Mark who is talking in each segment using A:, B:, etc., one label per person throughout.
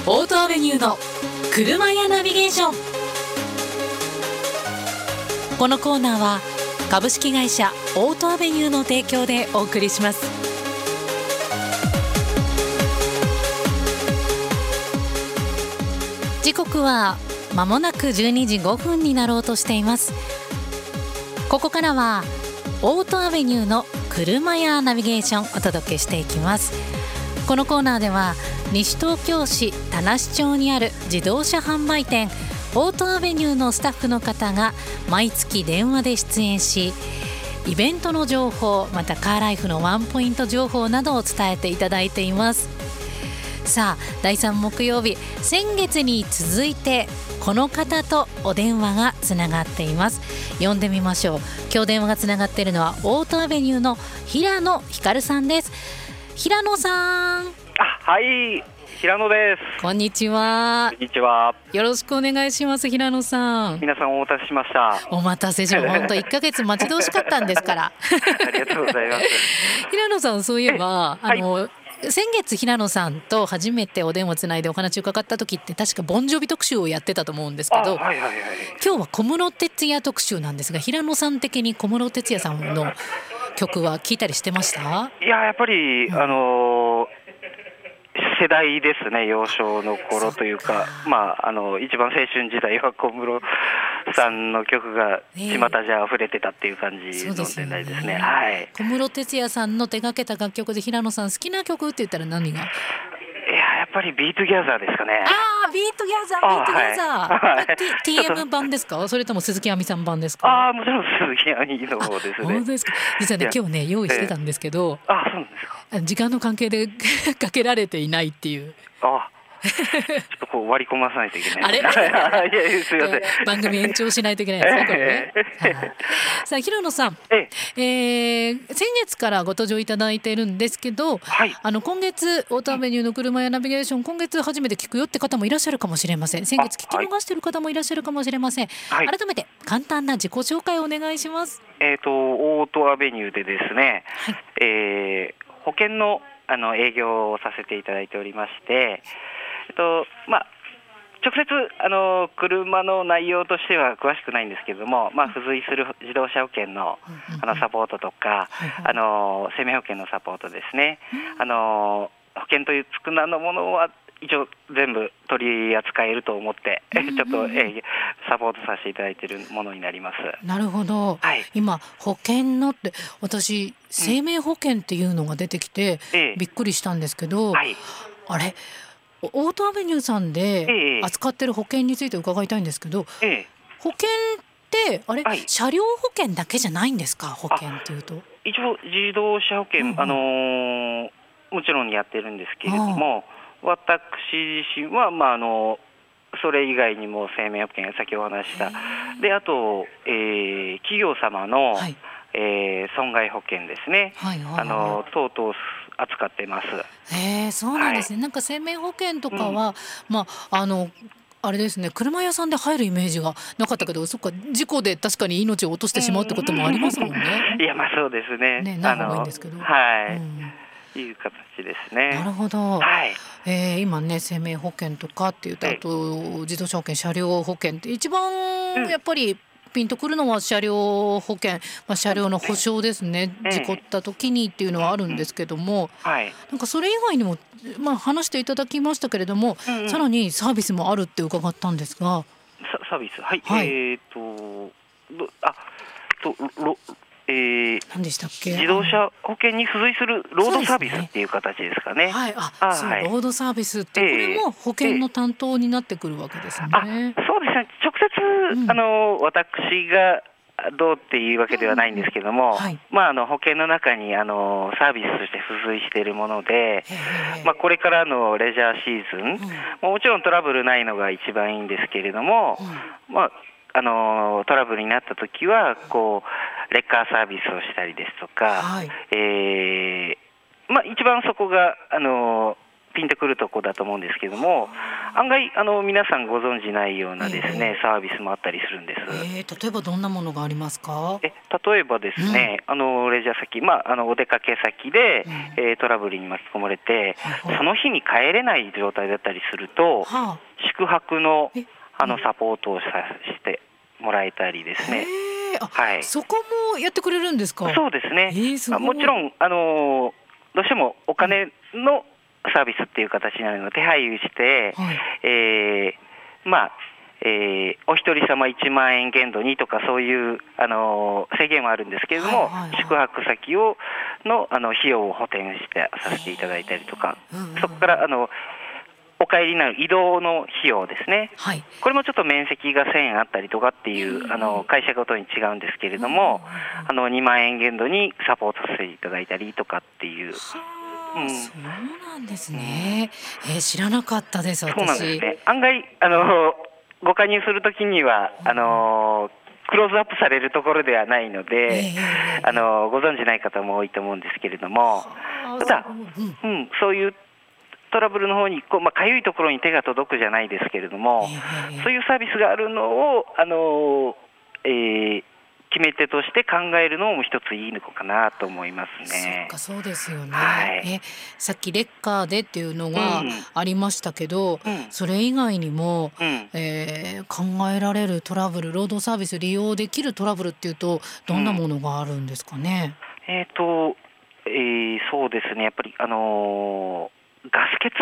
A: オートアベニューの車屋ナビゲーション。このコーナーは株式会社オートアベニューの提供でお送りします。時刻は間もなく12時5分になろうとしています。ここからはオートアベニューの車屋ナビゲーションお届けしていきます。このコーナーでは西東京市田無町にある自動車販売店オートアベニューのスタッフの方が毎月電話で出演し、イベントの情報、またカーライフのワンポイント情報などを伝えていただいています。さあ、第3木曜日、先月に続いてこの方とお電話がつながっています。呼んでみましょう。今日電話がつながっているのはオートアベニューの平野光さんです。平野さん。
B: はい、平野です。
A: こんにちは。
B: こんにちは。
A: よろしくお願いします。平野さん。
B: 皆さんお待たせしました。
A: お待たせしました。本当1ヶ月待ち遠しかったんですから
B: ありがとうございます。
A: 平野さん、そういえば先月平野さんと初めてお電話つないでお話を伺った時って確かボンジョビ特集をやってたと思うんですけど、今日は小室哲哉特集なんですが、平野さん的に小室哲哉さんの曲は聞いたりしてました？
B: いや、やっぱり、世代ですね。幼少の頃というか、一番青春時代は小室さんの曲が巷じゃ溢れてたっていう感じの世代ですね。はい。
A: 小室哲哉さんの手掛けた楽曲で平野さん好きな曲って言ったら何が？
B: やっぱりビートギャザーですかね。
A: ビートギャザー、TM 版ですか？それとも鈴木亜美さん版ですか？
B: もちろん鈴木亜美の方ですね。
A: 本当ですか？実はね、今日ね用意してたんですけど、
B: そうなんですか。
A: 時間の関係でかけられていないっていう。
B: ちょっとこう割り込まさないといけない。
A: あれ
B: いや、すいません。
A: 番組延長しないといけないですね、これね。さあ、平野さん、先月からご登場いただいているんですけど、今月オートアベニューの車やナビゲーション、今月初めて聞くよって方もいらっしゃるかもしれません。先月聞き逃している方もいらっしゃるかもしれません。改めて簡単な自己紹介をお願いします。
B: オートアベニューでですね、保険の営業をさせていただいておりまして、直接車の内容としては詳しくないんですけれども、付随する自動車保険のサポートとか、生命保険のサポートですね。保険というつく名のものは一応全部取り扱えると思ってちょっとサポートさせていただいているものになります。
A: なるほど。今保険のって私生命保険っていうのが出てきてびっくりしたんですけど、あれオートアベニューさんで扱ってる保険について伺いたいんですけど、保険って車両保険だけじゃないんですか？保険っていうと
B: 一応自動車保険、もちろんやってるんですけれども、私自身は、それ以外にも生命保険、先ほどお話したで、あと、企業様の、損害保険ですね、等々扱ってます。
A: そうなんですね。なんか生命保険とかは、あれですね、車屋さんで入るイメージがなかったけど、そっか、事故で確かに命を落としてしまうってこともありますもんね。
B: いや、そうですね。
A: ない方がいいんですけど。
B: いう形ですね。
A: なるほど。今ね、生命保険とかっていうと、あと自動車保険、車両保険って一番やっぱりピンとくるのは車両保険、車両の保証ですね。事故った時にっていうのはあるんですけども、なんかそれ以外にも、話していただきましたけれども、さらにサービスもあるって伺ったんですが。
B: サービス、
A: 何でしたっけ？
B: 自動車保険に付随するロードサービスっていう形ですかね。
A: ロードサービスってこれも保険の担当になってくるわけですね。
B: そうですね。直接、私がどうっていうわけではないんですけども、保険の中にサービスとして付随しているもので、これからのレジャーシーズン、もちろんトラブルないのが一番いいんですけれども、トラブルになったときはレッカーサービスをしたりですとか、一番そこがピンとくるところだと思うんですけども、案外皆さんご存じないようなですね、サービスもあったりするんです。
A: 例えばどんなものがありますか？
B: 例えばですね、レジャー先、お出かけ先で、トラブルに巻き込まれて、その日に帰れない状態だったりすると、宿泊のサポートをしてもらえたりですね。
A: そこもやってくれるんですか？
B: そうですね。もちろんどうしてもお金のサービスっていう形になるので手配して、お一人様1万円限度にとかそういう制限はあるんですけれども、宿泊先の費用を補填してさせていただいたりとか、そこからお帰りになる移動の費用ですね、これもちょっと面積が1000円あったりとかっていう会社ごとに違うんですけれども、2万円限度にサポートさせていただいたりとかっていう。
A: そうなんですね。知らなかったです私。
B: そうなんですね。案外ご加入するときにはクローズアップされるところではないので、ご存じない方も多いと思うんですけれども、ただ、そういうトラブルの方にかゆいところに手が届くじゃないですけれども、そういうサービスがあるのを決め手として考えるのも一ついいのかなと思いますね。
A: そうですよね。さっきレッカーでっていうのがありましたけど、それ以外にも、考えられるトラブル、ロードサービス利用できるトラブルっていうとどんなものがあるんですかね？
B: そうですね、やっぱりガス欠、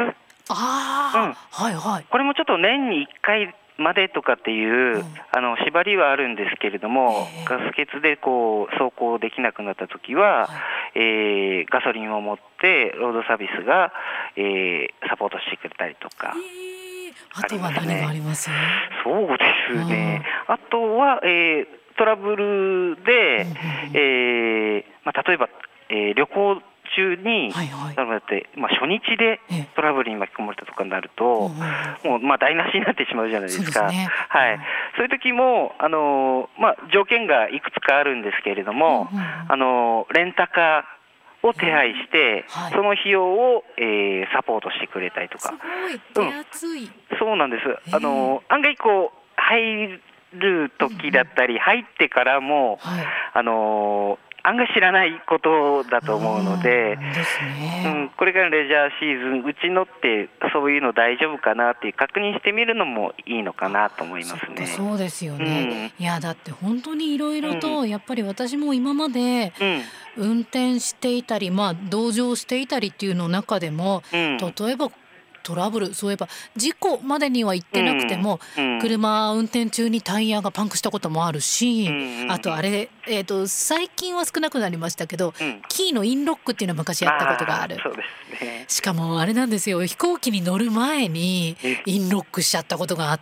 B: これもちょっと年に1回までとかっていう縛りはあるんですけれども、ガス欠で走行できなくなったときは、ガソリンを持ってロードサービスが、サポートしてくれたりとか。
A: あとは何があります？
B: そうですね、あとは、トラブルで、例えば、旅行中に、初日でトラブルに巻き込まれたとかになると、もう台無しになってしまうじゃないですか。そういう時も条件がいくつかあるんですけれども、レンタカーを手配して、その費用を、サポートしてくれたりとか。
A: すごい手厚い。
B: そうなんです。案外入る時だったり入ってからも、案外知らないことだと思うので、これからレジャーシーズンうちのってそういうの大丈夫かなって確認してみるのもいいのかなと思いますね。
A: そうですよね。いやだって本当にいろいろとやっぱり私も今まで運転していたり、同乗していたりっていうの中でも、例えばトラブル、そういえば事故までには行ってなくても、車運転中にタイヤがパンクしたこともあるし、あと最近は少なくなりましたけど、キーのインロックっていうのは昔やったことがある。
B: そうですね。
A: しかもあれなんですよ、飛行機に乗る前にインロックしちゃったことがあって、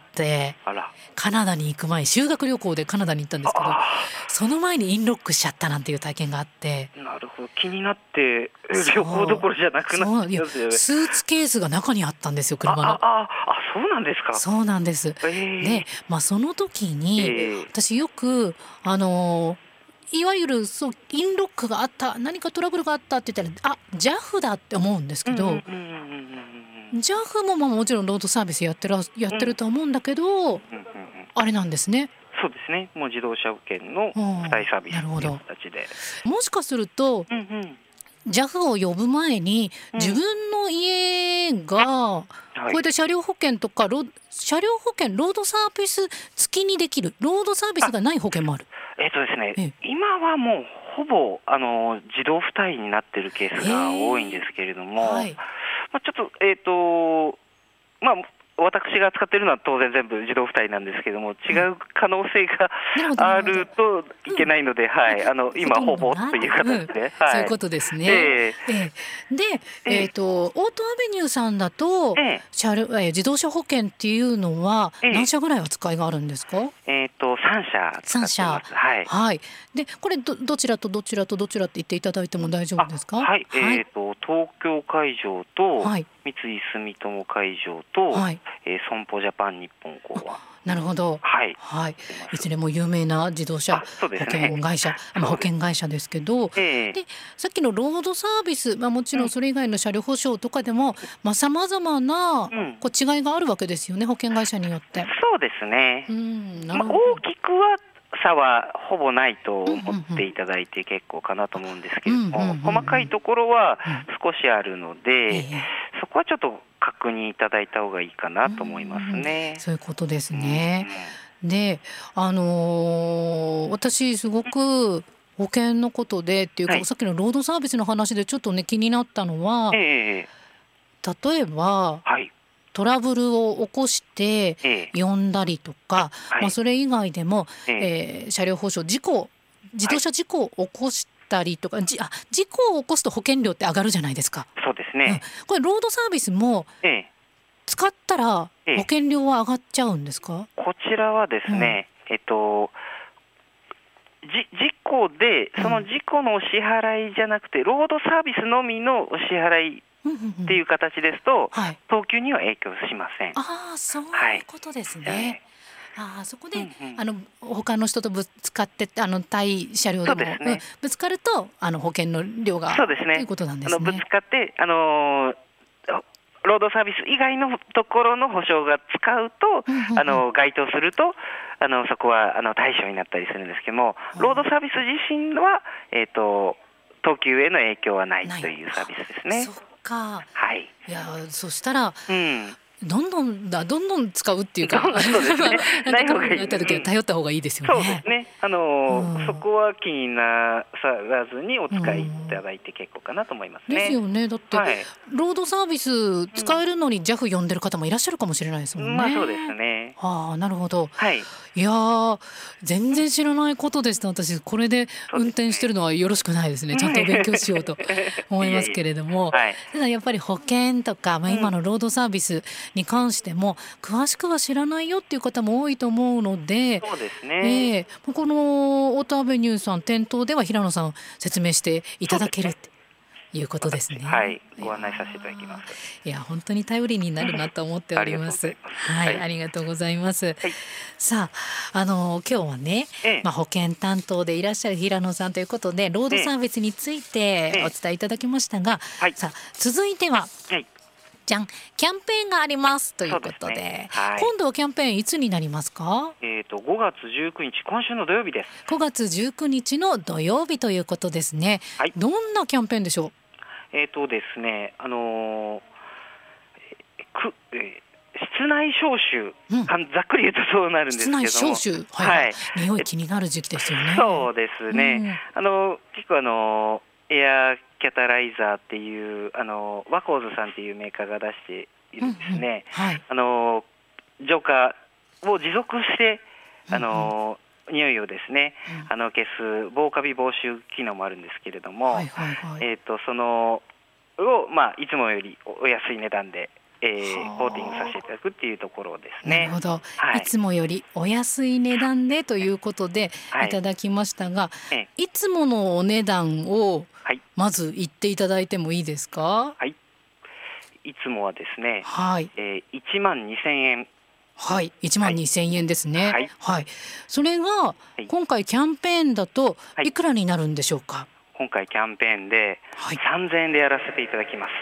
A: カナダに行く前、修学旅行でカナダに行ったんですけど、その前にインロックしちゃったなんていう体験があって。
B: なるほど、気になって旅行どころじゃなくなっちゃうんですよね。
A: スーツケースが中にあったんですよ、車の。
B: そうなんですか。
A: そうなんです。で、その時に、私よくいわゆるインロックがあった、何かトラブルがあったって言ったらJAF だって思うんですけど、JAF ももちろんロードサービスやってると思うんだけど、あれなんですね。
B: そうですね。もう自動車保険の付帯サービスという形で。
A: もしかすると、JAF を呼ぶ前に自分の家がこういった車両保険とか車両保険ロードサービス付きにできる、ロードサービスがない保険もある。
B: ですね、今はもうほぼ自動付帯になっているケースが多いんですけれども、ちょっと私が使っているのは当然全部自動付帯なんですけども、違う可能性があるといけないので、今ほぼという形で、
A: そういうことですね。で、オートアベニューさんだと、自動車保険っていうのは何社ぐらい扱いがあるんですか？
B: 3社使ってます。
A: で、これどちらとどちらとどちらって言っていただいても大丈夫ですか？
B: 東京海上と、三井住友海上と、 損保ジャパン日本興亜。
A: なるほど、
B: はい
A: はい、いずれも有名な自動車保険会社、保険会社ですけど、でさっきのロードサービス、もちろんそれ以外の車両保証とかでもさまざまなこう違いがあるわけですよね、保険会社によって。
B: そうですね、大きくは差はほぼないと思っていただいて結構かなと思うんですけれども、細かいところは少しあるので、そこはちょっと確認いただいた方がいいかなと思いますね。
A: そういうことですね。で、私すごく保険のことでっていうか、さっきのロードサービスの話でちょっとね気になったのは、例えば、トラブルを起こして呼んだりとか、それ以外でも、車両保証自動車事故を起こしたりとか、事故を起こすと保険料って上がるじゃないですか。
B: そうですね、
A: これロードサービスも使ったら保険料は上がっちゃうんですか？
B: こちらはですね、事故でその事故のお支払いじゃなくて、ロードサービスのみのお支払いっていう形ですと、等級には影響しません。
A: そういうことですね。そこで、他の人とぶつかって対車両でもぶつかると保険の量がということなんですね。
B: ぶつかってロードサービス以外のところの保証が使うと、該当するとそこは対象になったりするんですけども、ロードサービス自身は、等級への影響はないというサービスですね。
A: そっか、いやそしたら、どんどん使うっていうか、ない方がいい。頼った方がいいですよね。
B: そうですね。そこは気になさらずにお使いいただいて結構かなと思いますね。
A: ですよね。だって、ロードサービス使えるのに JAF 呼んでる方もいらっしゃるかもしれないですもんね。
B: そうですね。
A: なるほど。いや全然知らないことでした。私これで運転してるのはよろしくないですね。ちゃんと勉強しようと思いますけれども、ただやっぱり保険とか、今のロードサービスに関しても詳しくは知らないよっていう方も多いと思うので、
B: そうですね、
A: このオートアベニューさん店頭では平野さん説明していただけるっていうことですね。
B: ご案内させていただきます。
A: いや本当に頼りになるなと思っております。ありがとうございます。さあ、今日はね、保険担当でいらっしゃる平野さんということで、ロードサービスについてお伝えいただきましたが、さあ続いては、じゃん、キャンペーンがありますということで、今度はキャンペーンいつになりますか
B: ？5月19日、今週の土曜日です。
A: 5月19日の土曜日ということですね。どんなキャンペーンでしょう？
B: ですね、室内招集、ざっくり言うとそうなるんですけども、
A: 室内招集、匂い気になる時期ですよね。
B: そうですね、結構エアキャタライザーっていうワコーズさんっていうメーカーが出しているですね、浄化を持続して匂いをですね、消す防カビ防臭機能もあるんですけれども、そのをいつもよりお安い値段でコーティングさせていただくっていうところですね。
A: なるほど、いつもよりお安い値段でということでいただきましたが、いつものお値段をまず言っていただいてもいいですか？
B: いつもはですね、1万2000円。
A: 1万2000円ですね。それが今回キャンペーンだといくらになるんでしょうか？
B: 今回キャンペーンで3000円でやらせていただきます。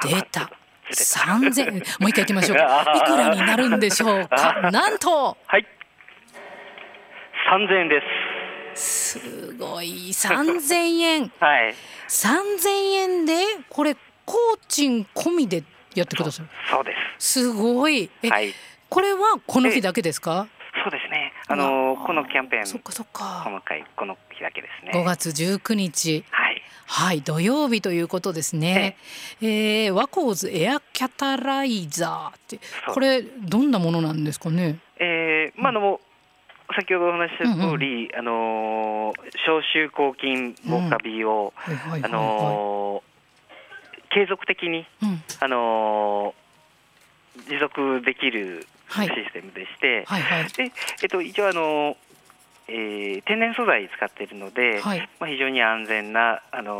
A: 出た。3000円、もう一回いきましょうか。いくらになるんでしょうか？なんと
B: 3000円です。
A: すごい、3000円。3000円でこれ工賃込みでやってください。
B: そうです。
A: すごい。これはこの日だけですか？
B: そうですね。このキャンペーン、
A: そっか
B: この日だけですね。
A: 5月19日、土曜日ということですね。ワコーズエアキャタライザーって、これどんなものなんですかね？
B: 先ほどお話しした通り、消臭抗菌防カビを継続的に持続できるシステムでして、一応天然素材使っているので、非常に安全な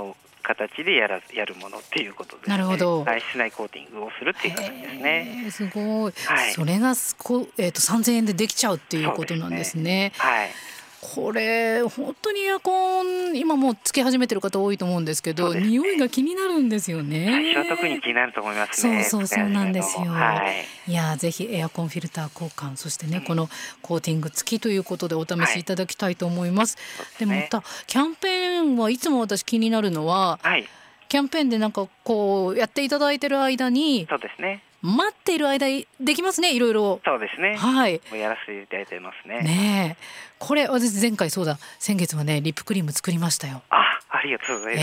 B: 形でやるものっていうことですね。
A: なるほど。
B: 室内コーティングをするっていう形ですね。
A: すごい、それが3000円でできちゃうっていうことなんですね。これ本当にエアコン今もうつけ始めてる方多いと思うんですけど、匂いが気になるんですよね。
B: 最初は特に気になると思いますね。
A: そうなんですよ。いやぜひエアコンフィルター交換、そしてね、このコーティング付きということでお試しいただきたいと思います。でまたキャンペーンはいつも私気になるのは、キャンペーンでなんかこうやっていただいてる間に、
B: そうですね、
A: 待っている間できますね、いろいろ。そうですね、も
B: うやらせていただいてますね。
A: ねえ、これ私前回先月はねリップクリーム作りましたよ。
B: ありがとうございます。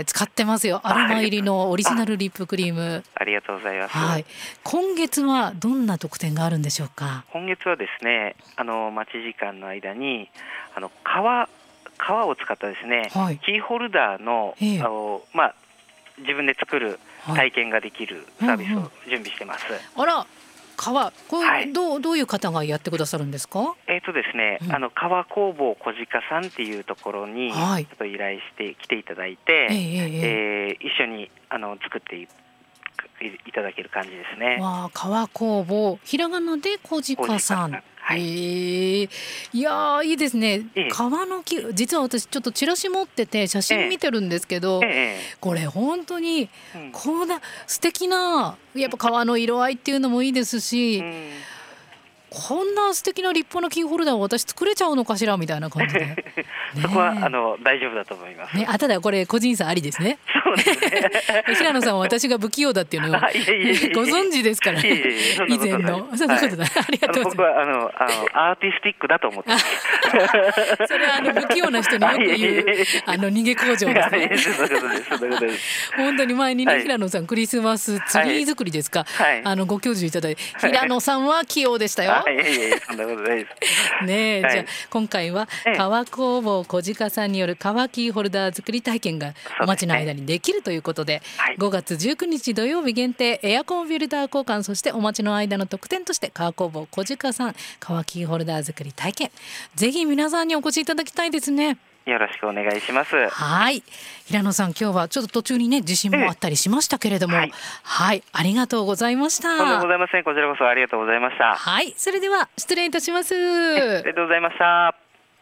A: 使ってますよ、アロマ入りのオリジナルリップクリーム。
B: ありがとうございます。
A: 今月はどんな特典があるんでしょうか。
B: 今月はですね、待ち時間の間に革を使ったですね、キーホルダーの、自分で作る体験ができるサービスを準備してます。
A: あら、革、これどういう方がやってくださるんですか。
B: ですね、革工房小鹿さんっていうところにちょっと依頼して来ていただいて、一緒に作っていただける感じですね。革工房、
A: ひらがなで小鹿さん。いやいいですね。革の木、実は私ちょっとチラシ持ってて写真見てるんですけど、これ本当にこんな素敵な、やっぱ革の色合いっていうのもいいですし、こんな素敵な立派なキーホルダーを私作れちゃうのかしらみたいな感じで
B: そこは大丈夫だと思います、
A: ただこれ個人差ありですね。
B: そうですね
A: 平野さんは私が不器用だっていうのをご存知ですから以前の。そんなことない、ありがとうございます。
B: 僕はアーティスティックだと思ってます
A: それは不器用な人によく言う逃げ工場ですね。本当に前にね、平野さんクリスマスツリー作りですか、ご教授いただいて、平野さんは器用でしたよ。
B: そんなことないです
A: ね。じゃあ今回は革工房小鹿さんによる革キーホルダー作り体験がお待ちの間にできるということで、5月19日土曜日限定エアコンフィルター交換、そしてお待ちの間の特典として革工房小鹿さん革キーホルダー作り体験、ぜひ皆さんにお越しいただきたいですね。
B: よろしくお願いします。
A: 平野さん、今日はちょっと途中にね地震もあったりしましたけれども、ありがとうございました。
B: とんでもございません。こちらこそありがとうございました。
A: それでは失礼いたします。
B: ありがとうございました。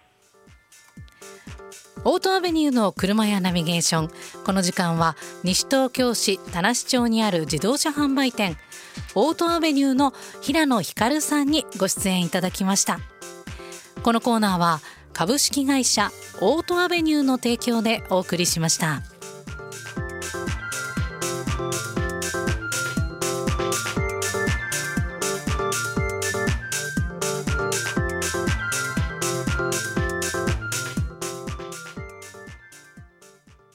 A: オートアベニューの車やナビゲーション、この時間は西東京市田無町にある自動車販売店オートアベニューの平野光さんにご出演いただきました。このコーナーは株式会社オートアベニューの提供でお送りしました。